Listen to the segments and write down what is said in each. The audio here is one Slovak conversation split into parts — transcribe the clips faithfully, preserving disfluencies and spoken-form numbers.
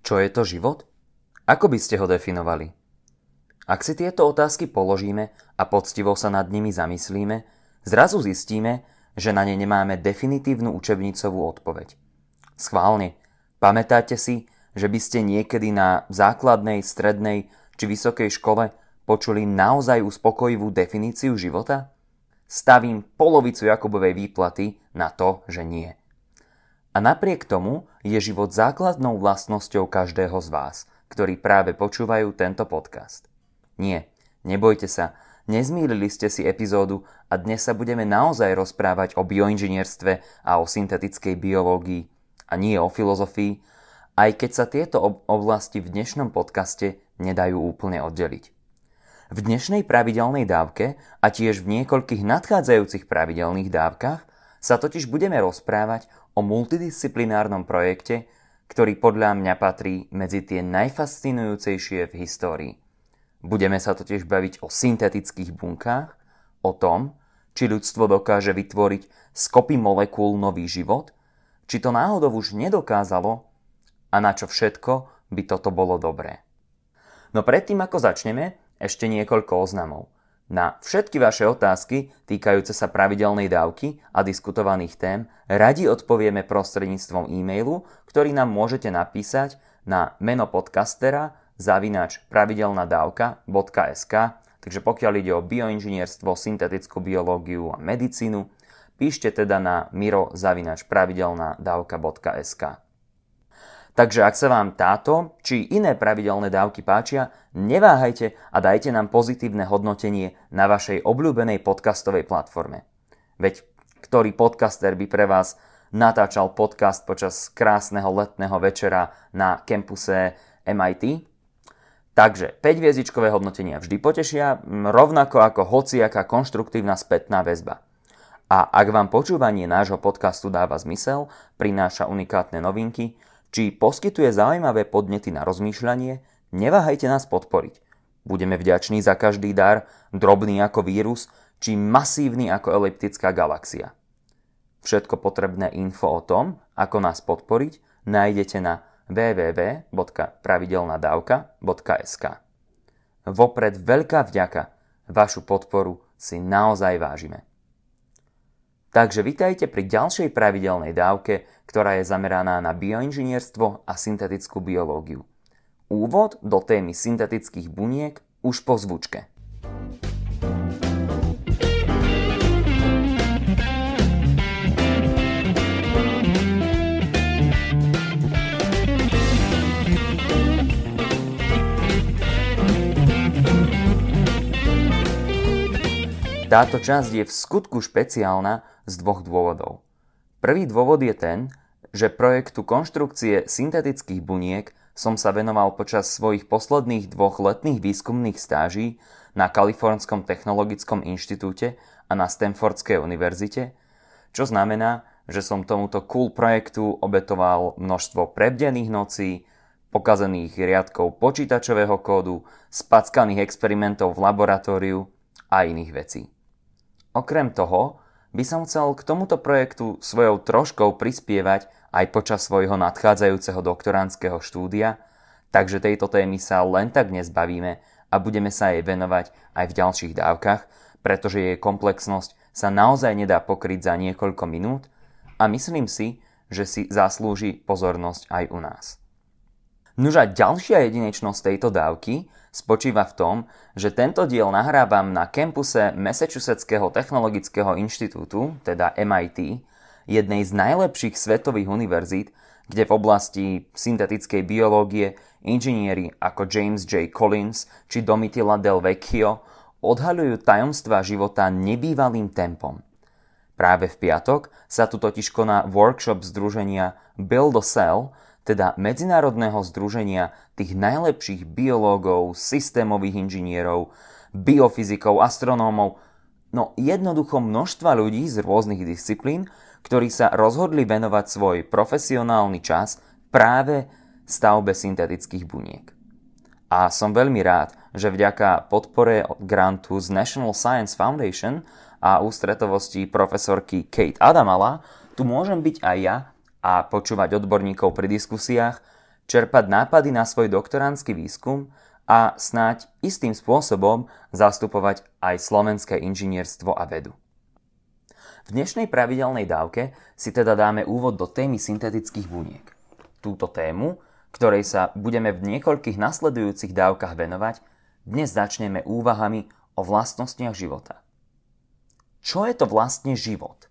Čo je to život? Ako by ste ho definovali? Ak si tieto otázky položíme a poctivo sa nad nimi zamyslíme, zrazu zistíme, že na ne nemáme definitívnu učebnicovú odpoveď. Schválne, pamätáte si, že by ste niekedy na základnej, strednej či vysokej škole počuli naozaj uspokojivú definíciu života? Stavím polovicu Jakubovej výplaty na to, že nie. A napriek tomu je život základnou vlastnosťou každého z vás, ktorí práve počúvajú tento podcast. Nie, nebojte sa, nezmýlili ste si epizódu a dnes sa budeme naozaj rozprávať o bioinžinierstve a o syntetickej biológii a nie o filozofii, aj keď sa tieto oblasti v dnešnom podcaste nedajú úplne oddeliť. V dnešnej pravidelnej dávke a tiež v niekoľkých nadchádzajúcich pravidelných dávkach sa totiž budeme rozprávať o multidisciplinárnom projekte, ktorý podľa mňa patrí medzi tie najfascinujúcejšie v histórii. Budeme sa totiž baviť o syntetických bunkách, o tom, či ľudstvo dokáže vytvoriť z kopy molekúl nový život, či to náhodou už nedokázalo a na čo všetko by toto bolo dobré. No predtým, ako začneme, ešte niekoľko oznamov. Na všetky vaše otázky týkajúce sa pravidelnej dávky a diskutovaných tém radi odpovieme prostredníctvom e-mailu, ktorý nám môžete napísať na meno podcastera zavináč pravidelnadavka bodka es ká. Takže pokiaľ ide o bioinžinierstvo, syntetickú biológiu a medicínu, píšte teda na miro zavináč pravidelnadavka bodka es ká. Takže ak sa vám táto či iné pravidelné dávky páčia, neváhajte a dajte nám pozitívne hodnotenie na vašej obľúbenej podcastovej platforme. Veď ktorý podcaster by pre vás natáčal podcast počas krásneho letného večera na kampuse em í té? Takže päťhviezdičkové hodnotenia vždy potešia, rovnako ako hociaká konštruktívna spätná väzba. A ak vám počúvanie nášho podcastu dáva zmysel, prináša unikátne novinky, či poskytuje zaujímavé podnety na rozmýšľanie, neváhajte nás podporiť. Budeme vďační za každý dar, drobný ako vírus, či masívny ako eliptická galaxia. Všetko potrebné info o tom, ako nás podporiť, nájdete na w w w bodka pravidelnadavka bodka es ká. Vopred veľká vďaka, vašu podporu si naozaj vážime. Takže vitajte pri ďalšej pravidelnej dávke, ktorá je zameraná na bioinžinierstvo a syntetickú biológiu. Úvod do témy syntetických buniek už po zvučke. Táto časť je v skutku špeciálna z dvoch dôvodov. Prvý dôvod je ten, že projektu konštrukcie syntetických buniek som sa venoval počas svojich posledných dvoch letných výskumných stáží na Kalifornskom technologickom inštitúte a na Stanfordskej univerzite, čo znamená, že som tomuto cool projektu obetoval množstvo prebdených nocí, pokazených riadkov počítačového kódu, spackaných experimentov v laboratóriu a iných vecí. Okrem toho by som chcel k tomuto projektu svojou troškou prispievať aj počas svojho nadchádzajúceho doktorandského štúdia, takže tejto témy sa len tak nezbavíme a budeme sa jej venovať aj v ďalších dávkach, pretože jej komplexnosť sa naozaj nedá pokryť za niekoľko minút a myslím si, že si zaslúži pozornosť aj u nás. Nuža ďalšia jedinečnosť tejto dávky spočíva v tom, že tento diel nahrávam na kampuse Massachusettského technologického inštitútu, teda em í té, jednej z najlepších svetových univerzít, kde v oblasti syntetickej biológie inžinieri ako James J. Collins či Domitilla Del Vecchio odhaľujú tajomstvá života nebývalým tempom. Práve v piatok sa tu totiž koná workshop združenia Build a Cell, teda medzinárodného združenia tých najlepších biológov, systémových inžinierov, biofyzikov, astronómov, no jednoducho množstva ľudí z rôznych disciplín, ktorí sa rozhodli venovať svoj profesionálny čas práve stavbe syntetických buniek. A som veľmi rád, že vďaka podpore od grantu z National Science Foundation a ústretovosti profesorky Kate Adamala tu môžem byť aj ja a počúvať odborníkov pri diskusiách, čerpať nápady na svoj doktoránsky výskum a snáď istým spôsobom zastupovať aj slovenské inžinierstvo a vedu. V dnešnej pravidelnej dávke si teda dáme úvod do témy syntetických buniek. Túto tému, ktorej sa budeme v niekoľkých nasledujúcich dávkach venovať, dnes začneme úvahami o vlastnostiach života. Čo je to vlastne život?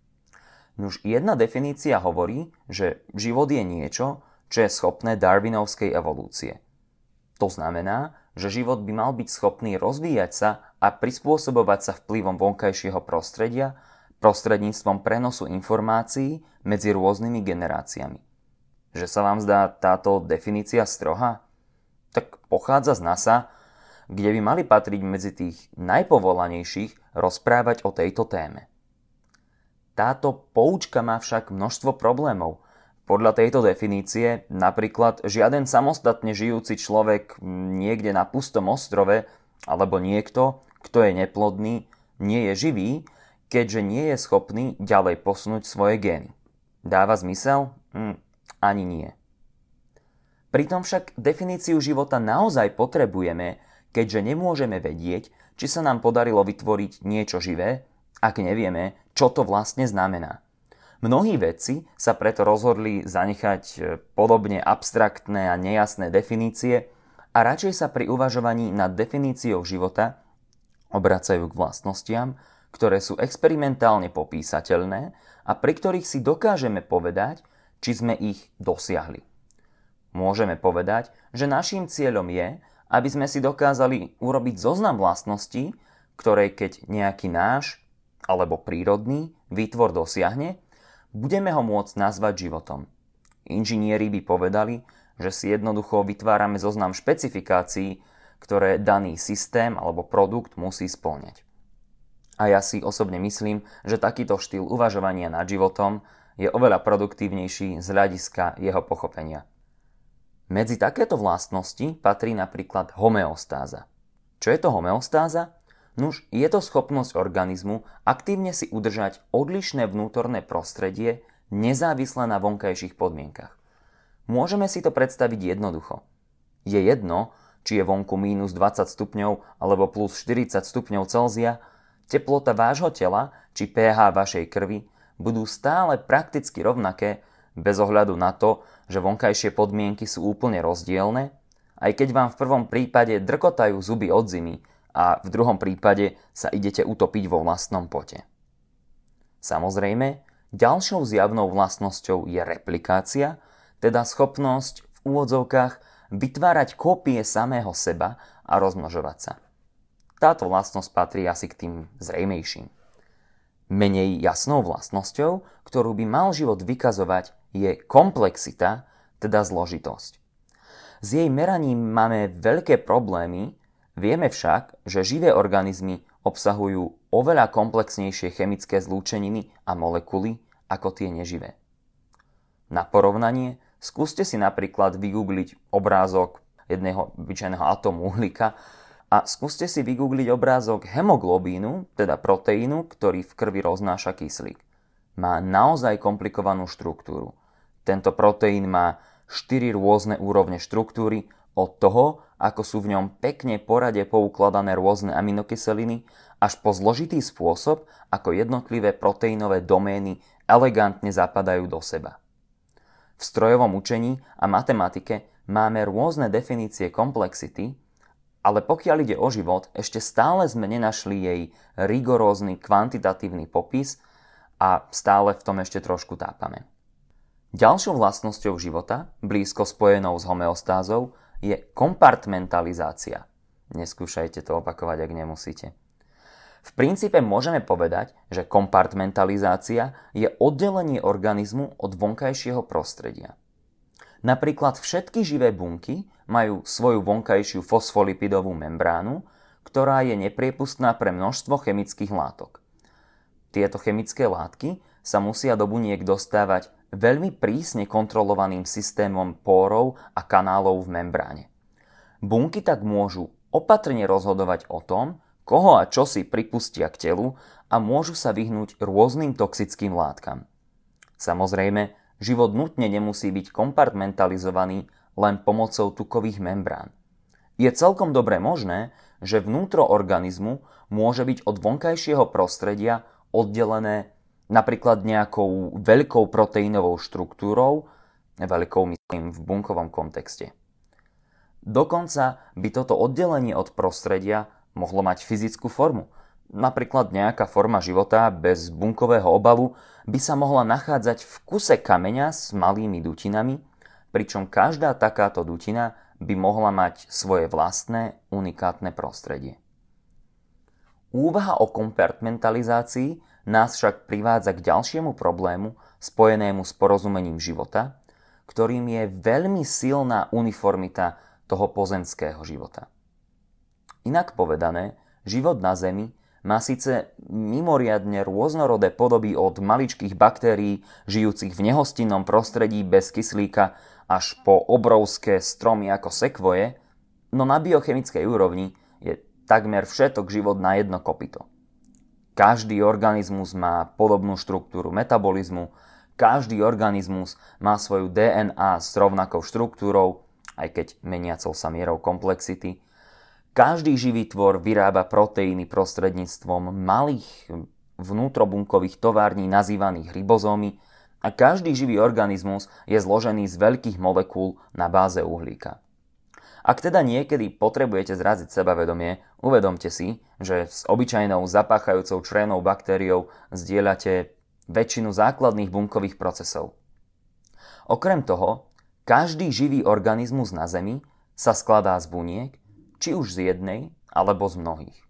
Nuž jedna definícia hovorí, že život je niečo, čo je schopné darwinovskej evolúcie. To znamená, že život by mal byť schopný rozvíjať sa a prispôsobovať sa vplyvom vonkajšieho prostredia prostredníctvom prenosu informácií medzi rôznymi generáciami. Že sa vám zdá táto definícia strohá? Tak pochádza z NASA, kde by mali patriť medzi tých najpovolanejších rozprávať o tejto téme. Táto poučka má však množstvo problémov. Podľa tejto definície napríklad žiaden samostatne žijúci človek niekde na pustom ostrove alebo niekto, kto je neplodný, nie je živý, keďže nie je schopný ďalej posunúť svoje gény. Dáva zmysel? Hm, ani nie. Pritom však definíciu života naozaj potrebujeme, keďže nemôžeme vedieť, či sa nám podarilo vytvoriť niečo živé, ak nevieme, čo to vlastne znamená. Mnohí vedci sa preto rozhodli zanechať podobne abstraktné a nejasné definície a radšej sa pri uvažovaní nad definíciou života obracajú k vlastnostiam, ktoré sú experimentálne popísateľné a pri ktorých si dokážeme povedať, či sme ich dosiahli. Môžeme povedať, že naším cieľom je, aby sme si dokázali urobiť zoznam vlastností, ktoré keď nejaký náš alebo prírodný výtvor dosiahne, budeme ho môcť nazvať životom. Inžinieri by povedali, že si jednoducho vytvárame zoznam špecifikácií, ktoré daný systém alebo produkt musí spĺňať. A ja si osobne myslím, že takýto štýl uvažovania nad životom je oveľa produktívnejší z hľadiska jeho pochopenia. Medzi takéto vlastnosti patrí napríklad homeostáza. Čo je to homeostáza? Nuž, je to schopnosť organizmu aktívne si udržať odlišné vnútorné prostredie nezávisle na vonkajších podmienkach. Môžeme si to predstaviť jednoducho. Je jedno, či je vonku mínus dvadsať stupňov alebo plus štyridsať stupňov Celzia, teplota vášho tela či pH vašej krvi budú stále prakticky rovnaké bez ohľadu na to, že vonkajšie podmienky sú úplne rozdielne, aj keď vám v prvom prípade drkotajú zuby od zimy a v druhom prípade sa idete utopiť vo vlastnom pote. Samozrejme, ďalšou zjavnou vlastnosťou je replikácia, teda schopnosť v úvodzovkách vytvárať kópie samého seba a rozmnožovať sa. Táto vlastnosť patrí asi k tým zrejmejším. Menej jasnou vlastnosťou, ktorú by mal život vykazovať, je komplexita, teda zložitosť. S jej meraním máme veľké problémy, vieme však, že živé organizmy obsahujú oveľa komplexnejšie chemické zlúčeniny a molekuly ako tie neživé. Na porovnanie, skúste si napríklad vygoogliť obrázok jedného obyčajného atómu uhlíka a skúste si vygoogliť obrázok hemoglobínu, teda proteínu, ktorý v krvi roznáša kyslík. Má naozaj komplikovanú štruktúru. Tento proteín má štyri rôzne úrovne štruktúry, od toho, ako sú v ňom pekne porade poukladané rôzne aminokyseliny, až po zložitý spôsob, ako jednotlivé proteínové domény elegantne zapadajú do seba. V strojovom učení a matematike máme rôzne definície komplexity, ale pokiaľ ide o život, ešte stále sme nenašli jej rigorózny kvantitatívny popis a stále v tom ešte trošku tápame. Ďalšou vlastnosťou života, blízko spojenou s homeostázou, je kompartmentalizácia. Neskúšajte to opakovať, ak nemusíte. V princípe môžeme povedať, že kompartmentalizácia je oddelenie organizmu od vonkajšieho prostredia. Napríklad všetky živé bunky majú svoju vonkajšiu fosfolipidovú membránu, ktorá je nepriepustná pre množstvo chemických látok. Tieto chemické látky sa musia do buniek dostávať veľmi prísne kontrolovaným systémom pórov a kanálov v membráne. Bunky tak môžu opatrne rozhodovať o tom, koho a čo si pripustia k telu a môžu sa vyhnúť rôznym toxickým látkam. Samozrejme, život nutne nemusí byť kompartmentalizovaný len pomocou tukových membrán. Je celkom dobre možné, že vnútro organizmu môže byť od vonkajšieho prostredia oddelené napríklad nejakou veľkou proteínovou štruktúrou, veľkou myslím v bunkovom kontexte. Dokonca by toto oddelenie od prostredia mohlo mať fyzickú formu. Napríklad nejaká forma života bez bunkového obalu by sa mohla nachádzať v kuse kameňa s malými dutinami, pričom každá takáto dutina by mohla mať svoje vlastné unikátne prostredie. Úvaha o kompartmentalizácii nás však privádza k ďalšiemu problému spojenému s porozumením života, ktorým je veľmi silná uniformita toho pozemského života. Inak povedané, život na Zemi má síce mimoriadne rôznorodé podoby od maličkých baktérií žijúcich v nehostinnom prostredí bez kyslíka až po obrovské stromy ako sekvoje, no na biochemickej úrovni je takmer všetok život na jedno kopyto. Každý organizmus má podobnú štruktúru metabolizmu, každý organizmus má svoju dé en á s rovnakou štruktúrou, aj keď meniacou sa mierou komplexity. Každý živý tvor vyrába proteíny prostredníctvom malých vnútrobunkových tovární nazývaných ribozómy a každý živý organizmus je zložený z veľkých molekúl na báze uhlíka. Ak teda niekedy potrebujete zraziť sebavedomie, uvedomte si, že s obyčajnou zapáchajúcou črenou baktériou zdieľate väčšinu základných bunkových procesov. Okrem toho, každý živý organizmus na Zemi sa skladá z buniek, či už z jednej, alebo z mnohých.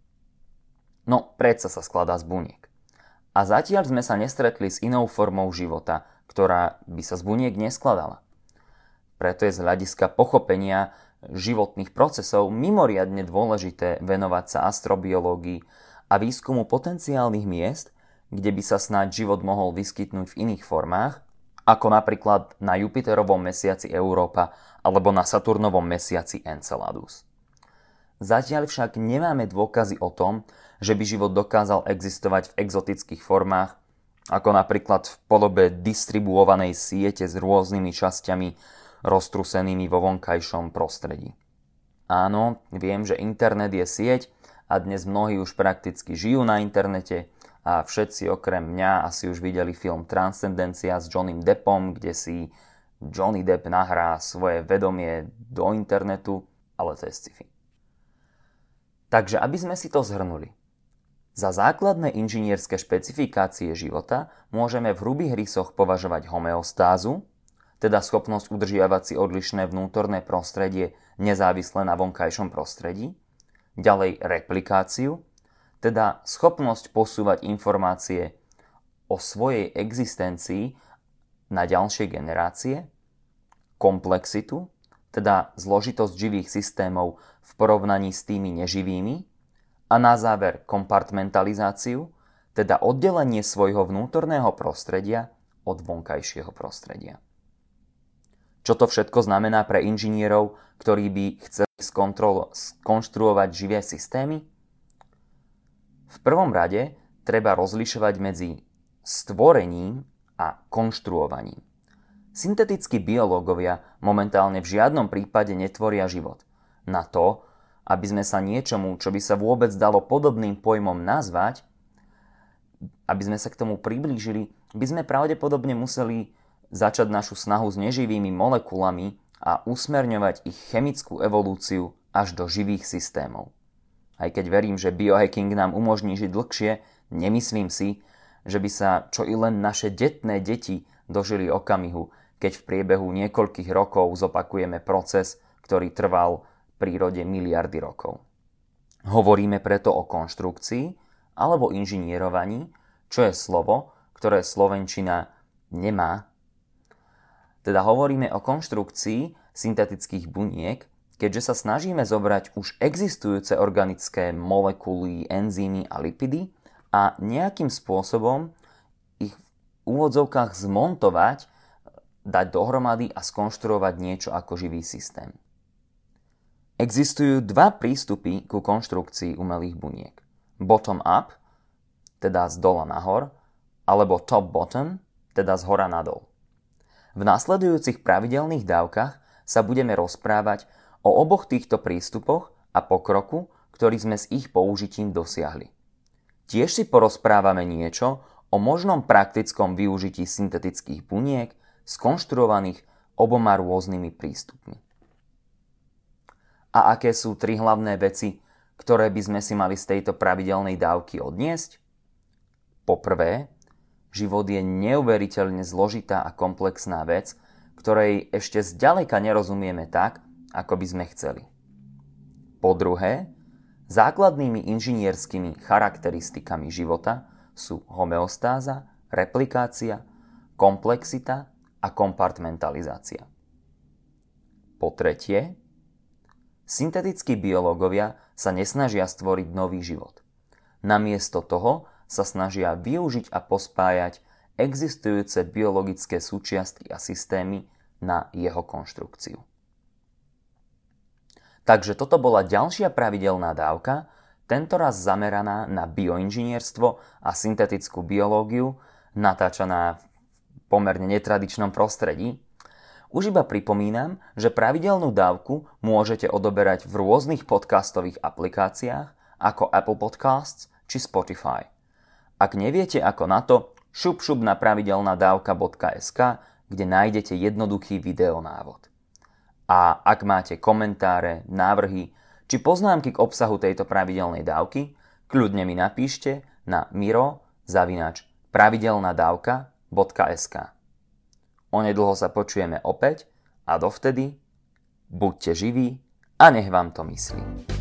No, predsa sa skladá z buniek. A zatiaľ sme sa nestretli s inou formou života, ktorá by sa z buniek neskladala. Preto je z hľadiska pochopenia životných procesov mimoriadne dôležité venovať sa astrobiológii a výskumu potenciálnych miest, kde by sa snáď život mohol vyskytnúť v iných formách, ako napríklad na Jupiterovom mesiaci Európa alebo na Saturnovom mesiaci Enceladus. Zatiaľ však nemáme dôkazy o tom, že by život dokázal existovať v exotických formách, ako napríklad v podobe distribuovanej siete s rôznymi časťami roztrusenými vo vonkajšom prostredí. Áno, viem, že internet je sieť a dnes mnohí už prakticky žijú na internete a všetci okrem mňa asi už videli film Transcendencia s Johnnym Deppom, kde si Johnny Depp nahrá svoje vedomie do internetu, ale to je sci-fi. Takže aby sme si to zhrnuli. Za základné inžinierské špecifikácie života môžeme v hrubých rysoch považovať homeostázu, teda schopnosť udržiavať si odlišné vnútorné prostredie nezávisle na vonkajšom prostredí, ďalej replikáciu, teda schopnosť posúvať informácie o svojej existencii na ďalšie generácie, komplexitu, teda zložitosť živých systémov v porovnaní s tými neživými, a na záver kompartmentalizáciu, teda oddelenie svojho vnútorného prostredia od vonkajšieho prostredia. Čo to všetko znamená pre inžinierov, ktorí by chceli skontrolo- skonštruovať živé systémy? V prvom rade treba rozlišovať medzi stvorením a konštruovaním. Syntetickí biológovia momentálne v žiadnom prípade netvoria život. Na to, aby sme sa niečomu, čo by sa vôbec dalo podobným pojmom nazvať, aby sme sa k tomu priblížili, by sme pravdepodobne museli začať našu snahu s neživými molekulami a usmerňovať ich chemickú evolúciu až do živých systémov. Aj keď verím, že biohacking nám umožní žiť dlhšie, nemyslím si, že by sa čo i len naše detné deti dožili okamihu, keď v priebehu niekoľkých rokov zopakujeme proces, ktorý trval v prírode miliardy rokov. Hovoríme preto o konštrukcii alebo inžinierovaní, čo je slovo, ktoré slovenčina nemá. Teda hovoríme o konštrukcii syntetických buniek, keďže sa snažíme zobrať už existujúce organické molekuly, enzymy a lipidy a nejakým spôsobom ich v úvodzovkách zmontovať, dať dohromady a skonštruovať niečo ako živý systém. Existujú dva prístupy ku konštrukcii umelých buniek. Bottom-up, teda z dola nahor, alebo top-bottom, teda z hora nadol. V nasledujúcich pravidelných dávkach sa budeme rozprávať o oboch týchto prístupoch a pokroku, ktorý sme s ich použitím dosiahli. Tiež si porozprávame niečo o možnom praktickom využití syntetických buniek, skonštruovaných oboma rôznymi prístupmi. A aké sú tri hlavné veci, ktoré by sme si mali z tejto pravidelnej dávky odniesť? Poprvé, život je neuveriteľne zložitá a komplexná vec, ktorej ešte zďaleka nerozumieme tak, ako by sme chceli. Po druhé, základnými inžinierskými charakteristikami života sú homeostáza, replikácia, komplexita a kompartmentalizácia. Po tretie, syntetickí biológovia sa nesnažia stvoriť nový život. Namiesto toho sa snažia využiť a pospájať existujúce biologické súčiastky a systémy na jeho konštrukciu. Takže toto bola ďalšia pravidelná dávka, tentoraz zameraná na bioinžinierstvo a syntetickú biológiu, natáčaná v pomerne netradičnom prostredí. Už iba pripomínam, že pravidelnú dávku môžete odoberať v rôznych podcastových aplikáciách ako Apple Podcasts či Spotify. Ak neviete ako na to, šup šup na pravidelnadavka bodka es ká, kde nájdete jednoduchý videonávod. A ak máte komentáre, návrhy či poznámky k obsahu tejto pravidelnej dávky, kľudne mi napíšte na miro zavináč pravidelnadavka bodka es ká. Onedlho sa počujeme opäť a dovtedy buďte živí a nech vám to myslí.